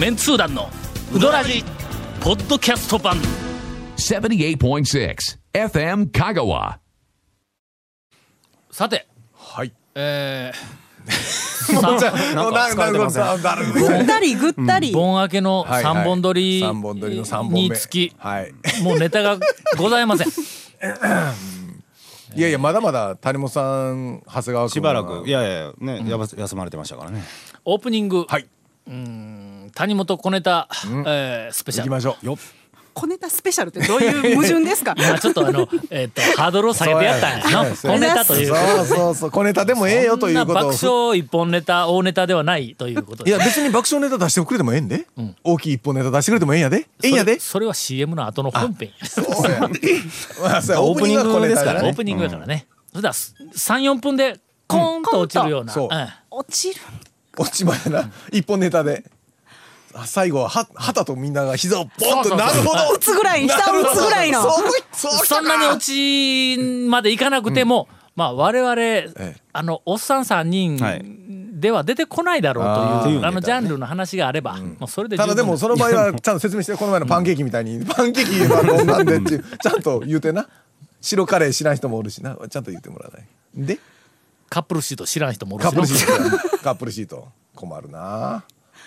メンツー団のウドラジポッドキャスト版 78.6 FM 香川。 さて、 はい。 さぐったりぐったり。 盆明けの3本撮り 3本撮りの3本目につき、 はい。 もうネタがございません。 いやいや、まだまだ谷本さん、長谷川君しばらくいやいやね、休まれてましたからね。 オープニング、 はい。 谷本小ネタ、スペシャル。 行きましょう。 よっ。 小ネタスペシャルってどういう矛盾ですか？ 今ちょっとハードルを下げてやったんやの。小ネタということで。 そう小ネタでもええよということを。 爆笑一本ネタ大ネタではないということで。 いや別に爆笑ネタ出してくれてもええんで、大きい一本ネタ出してくれてもええんやで、ええんやで。 それは CM の後の本編や。 そうや。まあそうや、 オープニングですからね。 オープニングだからね。それでは3、4分でコーンと落ちるような。 そう落ちる。 落ちまやな、一本ネタで。最後は旗とみんなが膝をポンと、なるほど、 打つぐらい、下を打つぐらいの。 そんなに落ちまでいかなくても、まあ我々おっさん3人では出てこないだろうというジャンルの話があれば、もうそれで十分。 ただでもその場合はちゃんと説明して、この前のパンケーキみたいにパンケーキはどんなんでっていうちゃんと言うてな。白カレー知らん人もおるしな、ちゃんと言ってもらわないで。 カップルシート知らん人もおるしカップルシートカップルシート困るな。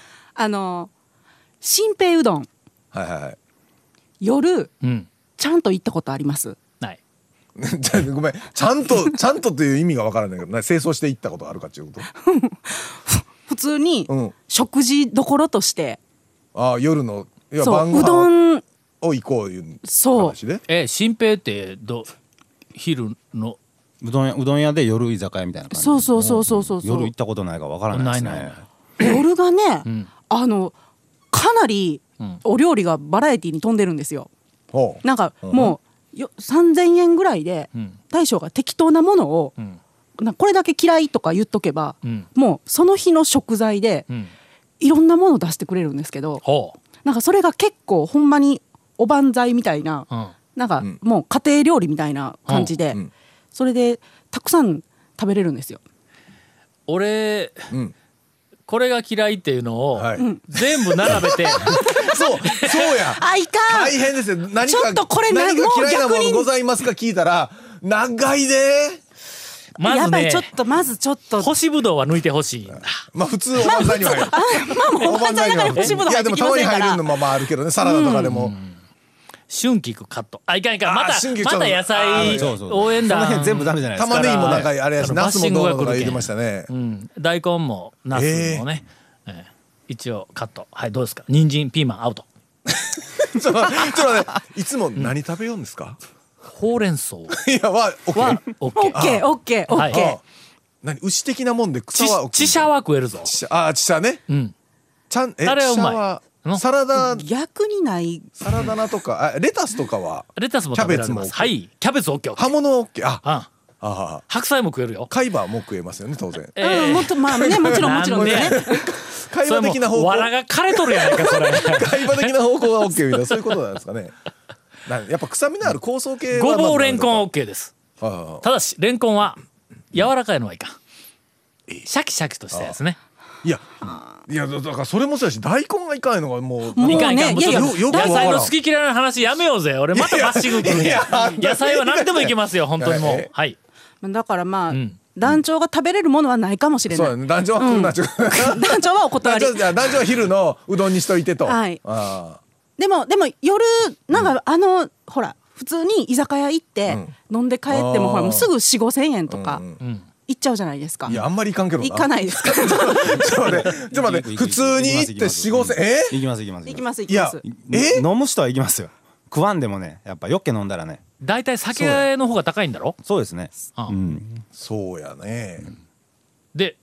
新平うどん、 はいはいはい。 夜、 うんちゃんと行ったことあります？ ない。 ごめん、ちゃんとという意味がわからないけど、清掃して行ったことあるかっていうこと。 普通にうん食事どころとして、 ああ、夜の、いや、 そう晩ごうど飯ん、 を行こういうそう話で。 新平って昼のうどん屋で夜居酒屋みたいな感じ。 そう夜行ったことないからわからないですね。 夜がね、 んかなりお料理がバラエティに富んでるんですよ。 ほう。 なんかもう3000円ぐらいで大将が適当なものを、これだけ嫌いとか言っとけば、もうその日の食材でいろんなもの出してくれるんですけど、 ほうなんかそれが結構ほんまにおばんざいみたいな、なんかもう家庭料理みたいな感じで、それでたくさん食べれるんですよ。 俺、これが嫌いっていうのをはい全部並べて、 そうや。 あ、いかん。 大変ですよ。何かちょっとこれ何か嫌いなももう逆にのございますか聞いたら長いで。 まずねやばい、まずちょっと干しぶどうは抜いてほしいんだ。 まあ普通おばんざいには入る。 もうおばんざいの中に干しぶどう入っていやでもたまにきませんから。 入るのもまああるけどね、サラダとかでも。 春菊カット。いかんまた春菊ちょっと野菜応援団。 その辺全部ダメじゃないですか。 玉ねぎもなんかあれやし、ナスもどうのとか言ってまししたね。 大根もナスもね、一応カット。はい、どうですか？人参ピーマンアウト。 ちょっとね、いつも何食べようんですか？ ほうれん草いやはオッケはー。 オッケー。 オッケー。 何牛的なもんで草はチシャは食えるぞ。 チシャね。ちゃんあれはうまいチシャはサラダ逆にない。 菜とかレタスとかはレタスも食べられます。 キャベツも OK はい、キャベツオッケー。 葉物オッケー。 あ、白菜も食えるよ。 海馬も食えますよね当然。 もっとまあね、もちろんですね。 海馬的な方向。 藁が枯れとるやないかそれ。 海馬的な方向がオッケーみたいなそういうことなんですかね。やっぱ臭みのある香草系はごぼうレンコンオッケーです。 あただしレンコンは柔らかいのはいかん。シャキシャキとしたやつね。 いやだからそれもそうやし、大根がいかんのがもうもういかんいかん。 ね、いやいや、 よくわからん野菜の好き嫌いの話やめようぜ。俺またバッシング来るんや。野菜は何でもいけますよ本当にもう。はい。 だからまあ、団長が食べれるものはないかもしれない。 そうやね。団長はこんな団長はお断り。 団長は昼のうどんにしといてと。 はいあでも夜なんかほら普通に居酒屋行って飲んで帰ってもほらもうすぐ4、5千円とか行っちゃうじゃないですか。 いやあんまりいかんけどな。 行かないですか？ ちょっと待って普通に行って4、5千行きます行きます行いやきます。 飲む人は行きますよ。食わんでもね、やっぱよっけ飲んだらね。 大体酒の方が高いんだろ。 そうですね。 そうやね。 で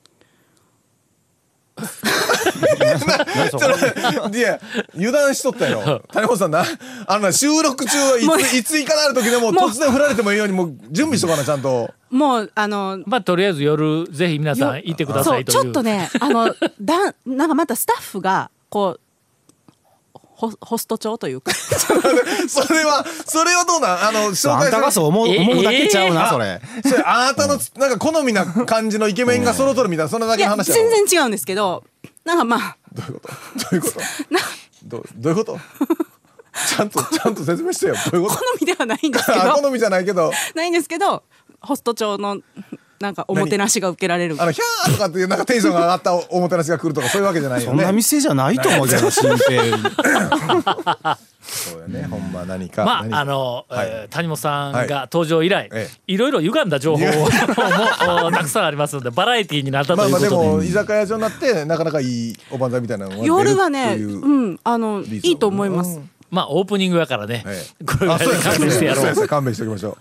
いや油断しとったよ谷本さんな。収録中はいつ行かなる時でも突然振られてもいいようにもう準備しとかなちゃんと。 もうまあとりあえず夜ぜひ皆さん行ってくださいという。 そうちょっとねなんかまたスタッフがこうホスト長というかそれはどうなん紹あん介する。 たがそう思うだけちゃうなそれ。 それあなたのなんか好みな感じのイケメンが揃とるみたいなそんなだいやけの話だろ。 全然違うんですけど、 なんかまあどういうことどういうことちゃんと説明してよ。どういうこと？ 好みではないんですけど好みじゃないけどないんですけど、ホスト長のなんかおもてなしが受けられる。 ヒャーとかっていうなんかテンションが上がったおもてなしが来るとかそういうわけじゃないよね。 そんな店じゃないと思うけど新平そうやね、ほんま何か。 まあ谷本さんが登場以来、いろいろ歪んだ情報もたくさんありますのでバラエティーになったということで、 でも居酒屋所になってなかなかいいおばんざいみたいなのが出る夜はね、 っていういいと思います。 まあオープニングやからね、これぐらいで勘弁してやろう。 勘弁しておきましょう。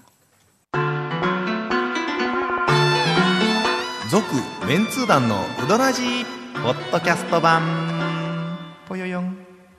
続メンツー団のウドラジーポッドキャスト版ぽよよん。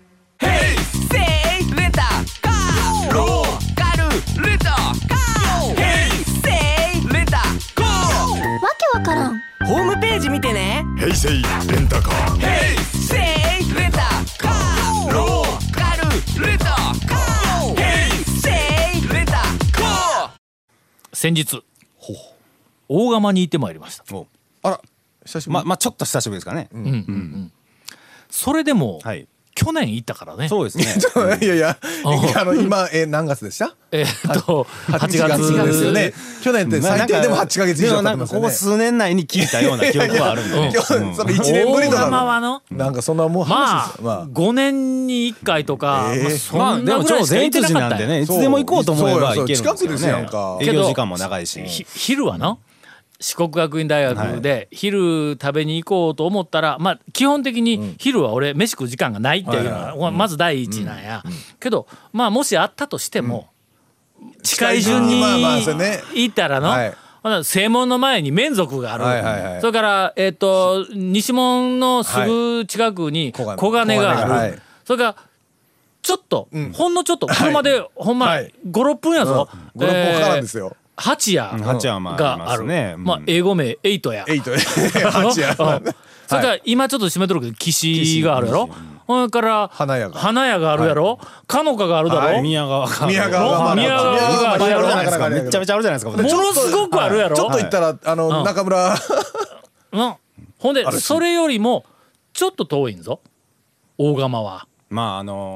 わからん。 ホームページ見てね。 ヘイセイレンタカー。 ヘイセイレンタカー。ローカルレンタカー。ヘイセイレンタカー。 先日大釜に行ってまいりました。 あら久しぶり。 まあちょっと久しぶりですかね。 それでも、 はい、 去年行ったからね。 そうですね。 いやいや今何月でした？ 8月ですよね。去年って最低でも8ヶ月以上経ってますよね。 ここ数年内に聞いたような記憶はあるんでね。 その1年ぶりとか大釜はのなんかそんなもう話ですよ。 まあ5年に1回とか、そんなぐらいしか前行ってなかった通寺なんでね、いつでも行こうと思えば行けるんですよね。 近くですやんか。 営業時間も長いし。 昼はの四国学院大学で昼食べに行こうと思ったら、まあ基本的に昼は俺飯食う時間がないっていうのがまず第一なんや。けどまあもしあったとしても近い順に行ったらの正門の前に免族がある。それから西門のすぐ近くに小金がある。それからちょっとほんのちょっと車でほんま5、6分やぞ。 5、6分からですよ。 八谷がある。まあ英語名エイトや。 八谷。 それから今ちょっと閉めとるけど岸があるやろ。それから花屋があるやろ。かのかがあるだろ。 宮川が宮川があるやろ。 めちゃめちゃあるじゃないですか。 ものすごくあるやろ。 ちょっと行ったら中村。 ほんでそれよりもちょっと遠いんぞ大釜は。 まあでも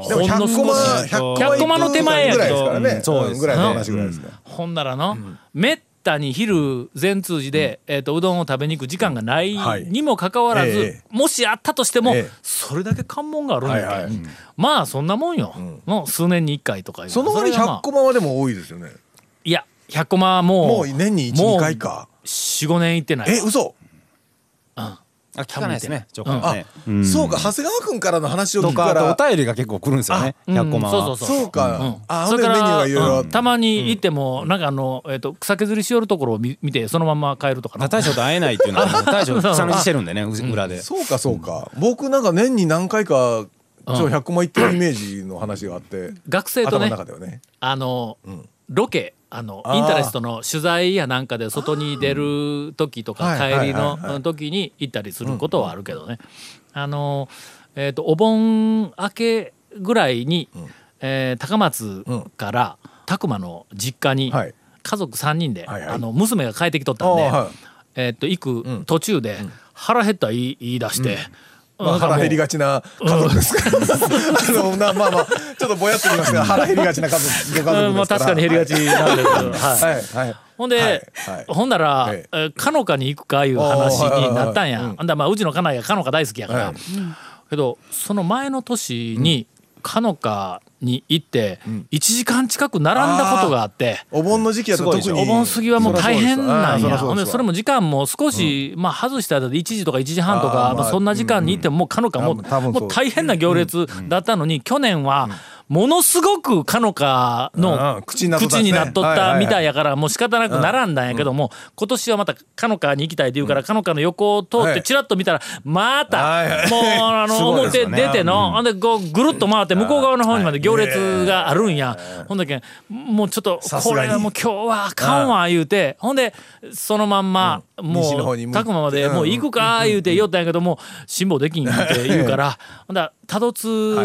100コマの手前やけど、 そうですぐらいの話ぐらいですね。 ほんならのめったに昼善通寺でうどんを食べに行く時間がないにもかかわらず、もしあったとしてもそれだけ関門があるんやけん、まあそんなもんよ。の数年に1回とか。 その割100コマはでも多いですよね。 いや100コマはもう年に 1,2 回か。 4、5年行ってない。 嘘。 聞かないですね。 そうか、長谷川君からの話を聞くかとら。 お便りが結構来るんですよね。100コマは。 そうか。 それからたまに行ってもなんか草削りしよるところを見てそのまま帰るとかな。 大将と会えないっていうのは大将草抜きしてるんでね、裏で。 そうかそうか。僕なんか年に何回か100コマ行ってるイメージの話があって、 学生とねロケインタレストの取材やなんかで外に出る時とか帰りの時に行ったりすることはあるけどね。お盆明けぐらいに高松から宅間の実家に家族3人で娘が帰ってきとったんで行く途中で腹減った言い出して。 腹減りがちな家族ですからまあちょっとぼやっと言いますが腹減りがちな家族ですから。 確かに減りがちなんですけど、ほんでほんならかのかに行くかいう話になったんや。ほんだらうちの家内がかのか大好きやからけど、その前の年にかのかに行って1時間近く並んだことがあって、 お盆の時期やと特にお盆過ぎはもう大変なんや。ほんでそれも時間も少し外したら1時とか1時半とかそんな時間に行ってももうかのかもう大変な行列だったのに、去年はものすごくかのかの口になっとったみたいやからもう仕方なく並んだんやけども、今年はまたかのかに行きたいって言うからかのかの横を通ってチラッと見たらまたもう表出てのほんでぐるっと回って向こう側の方にまで行列があるんや。ほんだけもうちょっとこれはもう今日はあかんわ言うて、ほんでそのまんまもう宅間までもう行くか言うて言おったんやけども辛抱できんって言うからほんだら多度津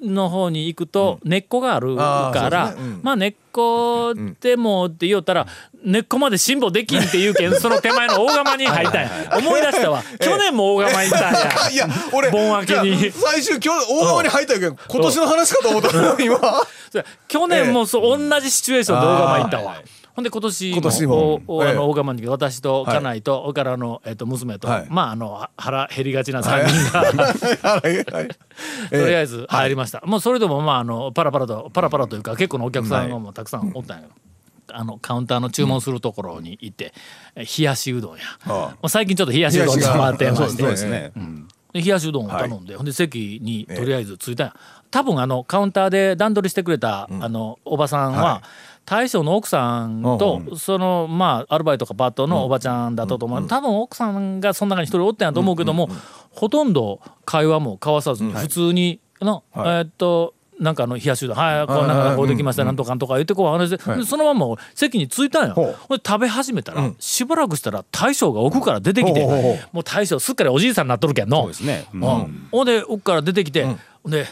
の方に行くと根っこがあるから、まあ根っこでもって言おったら根っこまで辛抱できんって言うけん、その手前の大釜に入ったんや。思い出したわ、去年も大釜に行ったんや。 いや俺盆明けに最終今日大釜に入ったけど今年の話かと思ったの今。 去年もそう同じシチュエーションで大釜行ったわ。ほんで今年も大釜に私と家内と、それから娘と、まあ腹減りがちな3人がとりあえず入りました。もうそれでもまあパラパラというか結構なお客さんがもうたくさんおったんよ。カウンターの注文するところに行って冷やしうどんや、もう最近ちょっと冷やしうどんにハマってまして、で冷やしうどんを頼んで、ほんで席にとりあえず着いたんや。多分カウンターで段取りしてくれたおばさんは、大将の奥さんとそのまあアルバイトかパートのおばちゃんだったと思う。多分奥さんがその中に一人おったんやと思うけども、ほとんど会話も交わさずに普通になんか冷やしうどん、はい、こうなんかこうできましたなんとかとか言ってこう話で、そのまま席に着いたんよ。ほんで食べ始めたら、しばらくしたら大将が奥から出てきて、もう大将すっかりおじいさんになっとるけんの。ほんで奥から出てきて、で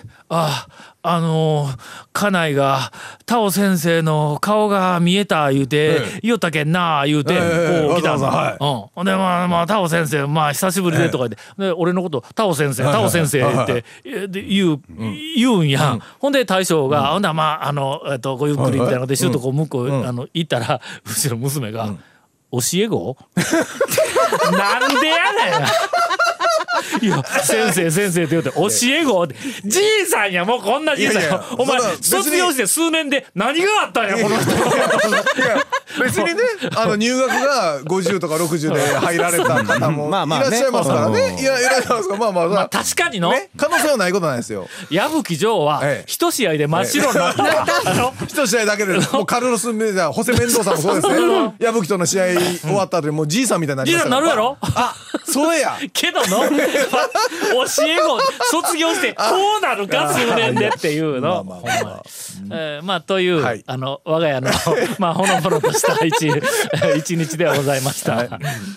家内がタオ先生の顔が見えた言うて言うたけんな言うてこう来たんだ。ほんでまあタオ先生まあ久しぶりでとか言って、で俺のことタオ先生って言うんや。ほんで大将がほんでまあごゆっくりみたいなのでシュートこう向こう行ったら、後ろ娘が教え子なんでやねん。いや先生って言うて教え子ってじいさんや、もうこんなじいさんや。お前卒業して数年で何があったんやこの人。 別にね入学が50とか60で入られた方もいらっしゃいますからね。いらっしゃいますから、まあ確かにの可能性はないことないですよ。 矢吹城は一試合で真っ白になった。 一試合だけでもうカルロス・メジャー、ホセ・メンドーサもそうですね。矢吹との試合終わった後でもうじいさんみたいになりましたから。 じいさんなるやろ。 あ、それやけどの教え子卒業してこうなるか数年でっていうの。まあという、我が家のまあほのぼのとした一日ではございました。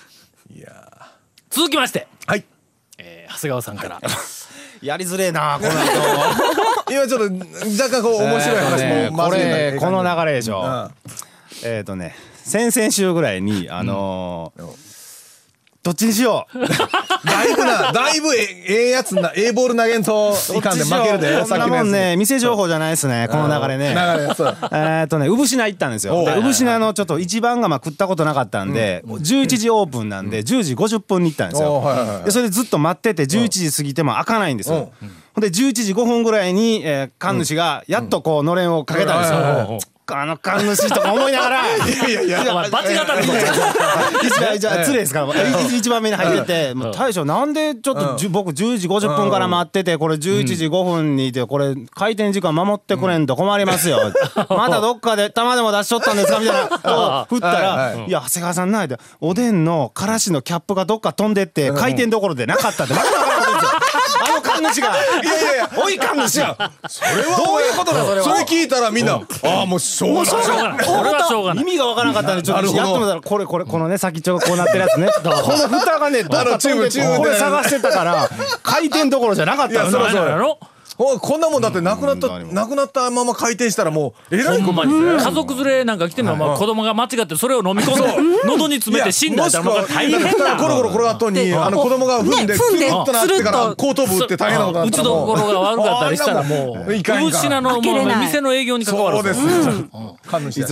続きまして、長谷川さんから。 やりづれえなこの後。 今ちょっと若干こう面白い話もこの流れでしょ。先々週ぐらいにどっちにしよう。 だいぶええやつな、ボール投げんといかんで負けるで。 そんなもんね、店情報じゃないですね、この流れね。産品行ったんですよ。産品のちょっと一番が食ったことなかったんで、11時オープンなんで10時50分に行ったんですよ。でそれでずっと待ってて11時過ぎても開かないんですよ。ほんで11時5分ぐらいに神主がやっとこうのれんをかけたんですよ。神主とか思いながらいやバチ型でじゃあ失礼ですから一番目に入ってて、大将なんでちょっと僕10時50分から待ってて、これ11時5分にいてこれ開店時間守ってくれんと困りますよ。またどっかで玉でも出しとったんですかみたいな振ったら、いや長谷川さんないでおでんのからしのキャップがどっか飛んでって開店どころでなかったって。神主がおい神主がそれはどういうことだ。それ聞いたらみんなもうしょうがない。 意味がわからなかったんでちょっとやっと見たらこのね先っちょがこうなってるやつね、この蓋がねどっか飛んでてこれ探してたから回転どころじゃなかったんだよ。 こんなもんだってなくなったまま回転したらもうえらいことですね。 家族連れなんか来てるのは子供が間違ってそれを飲み込んで喉に詰めて死んだら大変だ。 コロコロ転がっとんに子供が踏んでツルッとなってから後頭部打って大変なことになったら打ちどころが悪かったりしたらもう産品の店の営業に関わる。 そうです。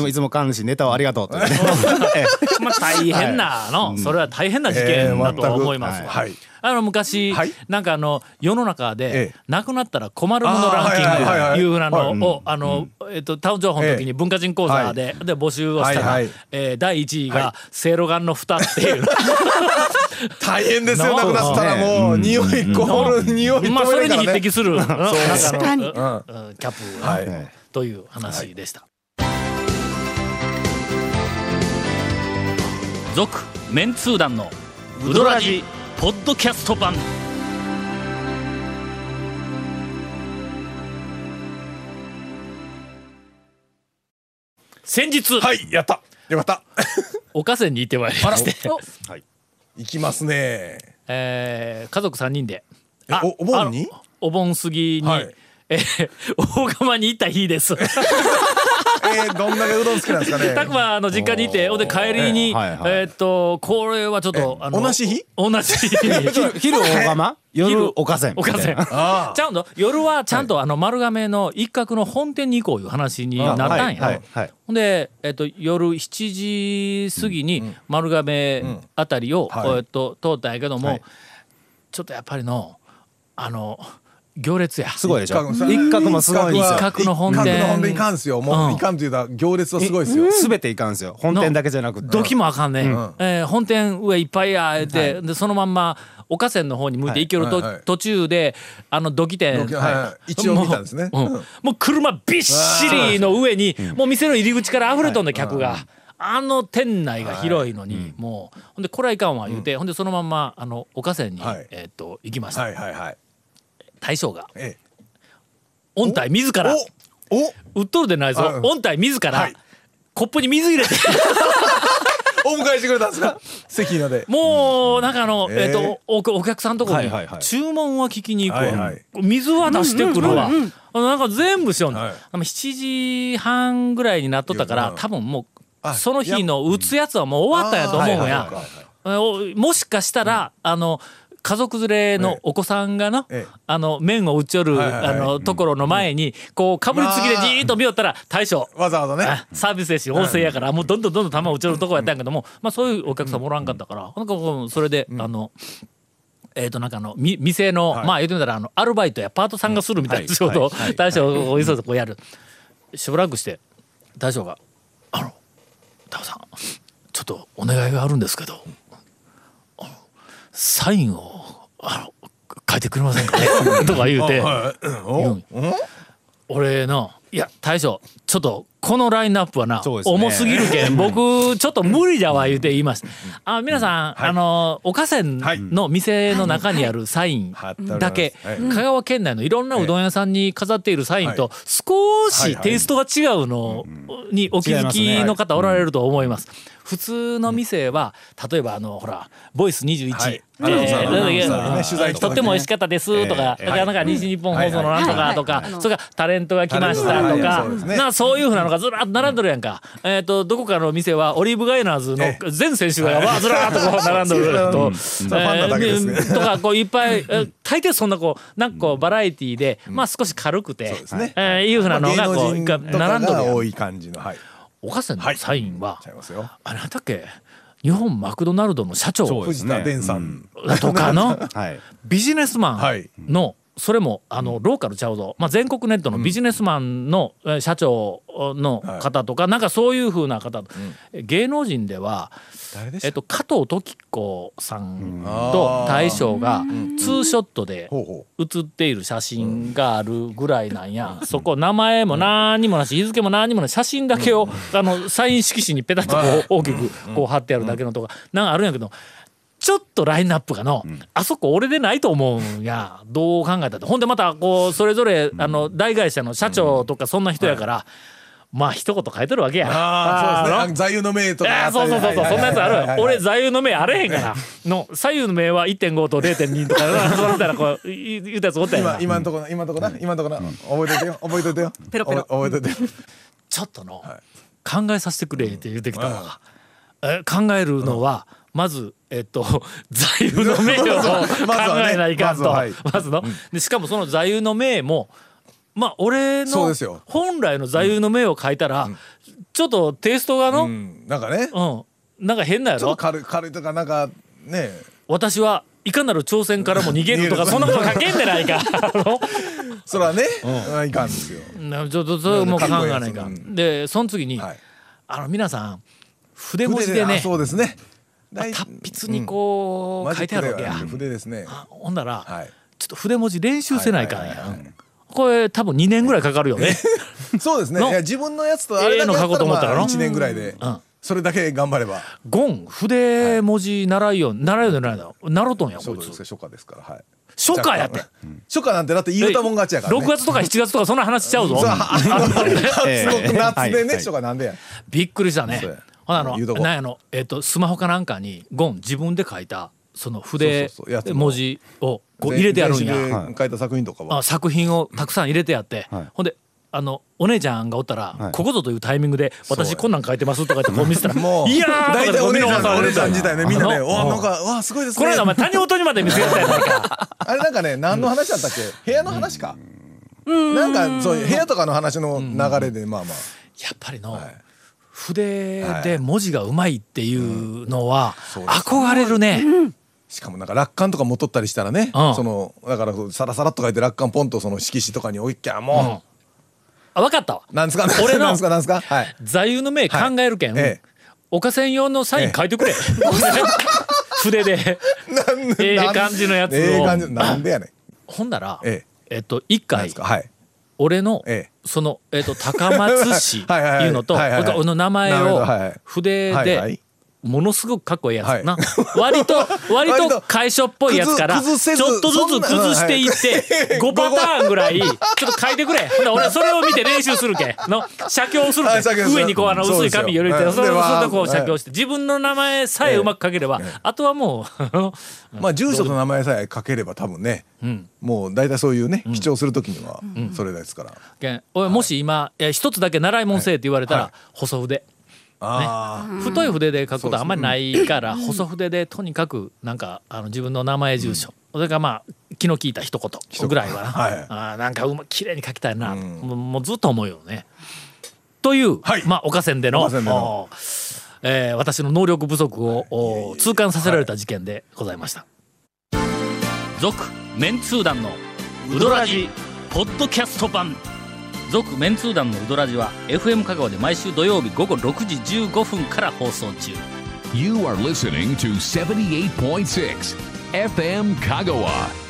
いつも神主ネタをありがとうと。 まあ大変なの、それは大変な事件だと思います。昔なんか世の中で亡くなったら困るものランキングいうなのをタウン情報の時に文化人講座で募集をしたら、第1位がせいろがんの蓋っていう。 大変ですよ。なくなったらもう匂いこる匂い。 まあそれに匹敵するキャップという話でした。続メンツー団のウドラジポッドキャスト版。先日やったよかった。 岡線に行ってまいりまして、 行きますね。 家族3人でお盆にお盆過ぎに、 大釜に行った日です。 どんだけうどん好きなんですかね。 たくまの実家にいて、ほんで帰りに、これはちょっと同じ日昼大釜夜おかせんちゃんと夜はちゃんと丸亀の一角の本店に行こういう話になったんや。ほんで夜7時過ぎに丸亀あたりを通ったんやけども、ちょっとやっぱりの行列や。 すごいでしょ。一角もすごいんですよ。 一角の本店。 一角の本店いかんすよ。もういかんというか行列はすごいですよ。 すべていかんすよ。本店だけじゃなくて。 どきもあかんね。本店上いっぱいやで、でそのまんま岡線の方に向いて行ける途中で土器店一応見たんですね。 もう車びっしりの上にもう店の入り口から溢れとんだ客が。店内が広いのに、もうほんでこれはいかんわ言うて、ほんでそのまんま岡線に行きました。大将が御体自ら売っとるでないぞ、御体自らコップに水入れてお迎えしてくれたんですか、関まで。 もうなんかお客さんとこに注文は聞きに行くわ、水は出してくるわ、なんか全部しよう。7時半ぐらいになっとったから、多分もうその日の打つやつはもう終わったんやと思うんや。もしかしたら家族連れのお子さんがな、麺を打ち寄るところの前にこうかぶりつきでじーっと見よったら、大将わざわざねサービスやし旺盛やから、もうどんどん玉打ち寄るとこやったんやけども、そういうお客さんもおらんかったから、なんかそれでなんか店の言ってみたらアルバイトやパートさんがするみたいな仕事を大将お急いでこうやる。しばらくして大将がタコさんちょっとお願いがあるんですけど、サインを書いてくれませんかねとか言うて、俺のいや大将ちょっとこのラインナップはな、重すぎるけん僕ちょっと無理じゃわ言うて言います。皆さん岡線の店の中にあるサインだけ、香川県内のいろんなうどん屋さんに飾っているサインと少しテイストが違うのにお気づきの方おられると思います。普通の店は例えばほらボイス21、とっても美味しかったですとか、なんか西日本放送のなんとかとか、それからタレントが来ましたとか、そういうふうなのがずらっと並んどるやんか。どこかの店はオリーブガイナーズの全選手がずらっとこう並んどるとか、こういっぱい大抵そんななんかバラエティーで少し軽くていうふうなのがこう並んどる多い感じの。 おかせんのサインはあれなんだっけ、日本マクドナルドの社長藤田伝さんとかのビジネスマンの、それもローカルちゃうぞ、全国ネットのビジネスマンの社長の方とか、なんかそういう風な方、芸能人では加藤時子さんと大将がツーショットで写っている写真があるぐらいなんや。そこ名前も何にもなし日付も何にもない写真だけをサイン色紙にペタッとこう大きくこう貼ってあるだけのとかなんかあるんやけど、ちょっとラインナップがあそこ俺でないと思うんや。どう考えたって。ほんでまたこうそれぞれ大会社の社長とかそんな人やから、一言書いてるわけや。 そうですね。座右の銘とか。 そうそんなやつある。俺座右の銘あれへんからの左右の銘は 1.5 と 0.2 とかそうみたいなこう言うたやつおったやん。 今んとこな覚えといてよ。 ペロペロ覚えといてよ。 ちょっと考えさせてくれって言ってきたのが、考えるのはまず座右の銘を考えないかんと、まずので、しかもその座右の銘も俺の本来の座右の銘を書いたらちょっとテイストがなんかね、 なんか変なやろ。 軽いとかなんかね、 私はいかなる挑戦からも逃げるとかそんなこと書けんでないかそれはねいかんですよ。 ちょっとそれも考えないかん。でその次に皆さん筆文字でね、 そうですね、 達筆にこう書いてあるわけや。 筆ですね。 ほんならちょっと筆文字練習せないかんや。これ多分2年ぐらいかかるよね。 そうですね。いや自分のやつとあれだけやったら1年ぐらいでそれだけ頑張れば。 ゴン筆文字習いよ習ろうとんやこいつ。 初夏ですから。 初夏やって。 初夏なんてだって言うたもん勝ちやからね。 6月とか7月とかそんな話しちゃうぞ。 夏でね、初夏なんでや。 びっくりしたね。スマホかなんかにゴン自分で書いたその筆文字をこう入れてあるんや。 書いた作品とかは作品をたくさん入れてあって、ほんでお姉ちゃんがおったら、ここぞというタイミングで私こんなん書いてますとか言ってこう見せたらもういやー大体お姉ちゃん自体ねみんなねなんかわすごいですね。 これお前谷本にまで見せたやないか。 あれなんかね何の話だったっけ、部屋の話か、なんかそういう部屋とかの話の流れでまあまあやっぱりの筆で文字がうまいっていうのは憧れるね。 しかもなんか楽観とか持っとったりしたらね、そのだからサラサラっと書いて楽観ポンとその色紙とかに置いきゃもう、分かったわ。 なんですか俺のなんですか座右の銘考えるけん、岡線用のサイン書いてくれ。筆で感じのやつを。 なんでやねん。 ほんなら一回俺のええその高松市いうのと俺の名前を筆でものすごくかっこいいやつな、割と楷書っぽいやつからちょっとずつ崩していって5パターンぐらいちょっと書いてくれ。ほんで俺それを見て練習するけの写経するけ上にこう薄い紙よりてそれをこう写経して自分の名前さえうまく書ければあとはもうまあ住所と名前さえ書ければ多分ねもう大体そういうね記帳する時にはそれですから。 俺もし今一つだけ習い物せえって言われたら細筆。太い筆で書くことあんまりないから細筆でとにかくなんか自分の名前住所、それからまあ気の利いた一言ぐらいはな、なんか綺麗に書きたいな、もうずっと思うよね。という、まあ岡線での私の能力不足を痛感させられた事件でございました。続メンツー団のウドラジポッドキャスト版。続メンツー団のウドラジは FM 香川で毎週土曜日午後6時15分から放送中。 You are listening to 78.6 FM 香川。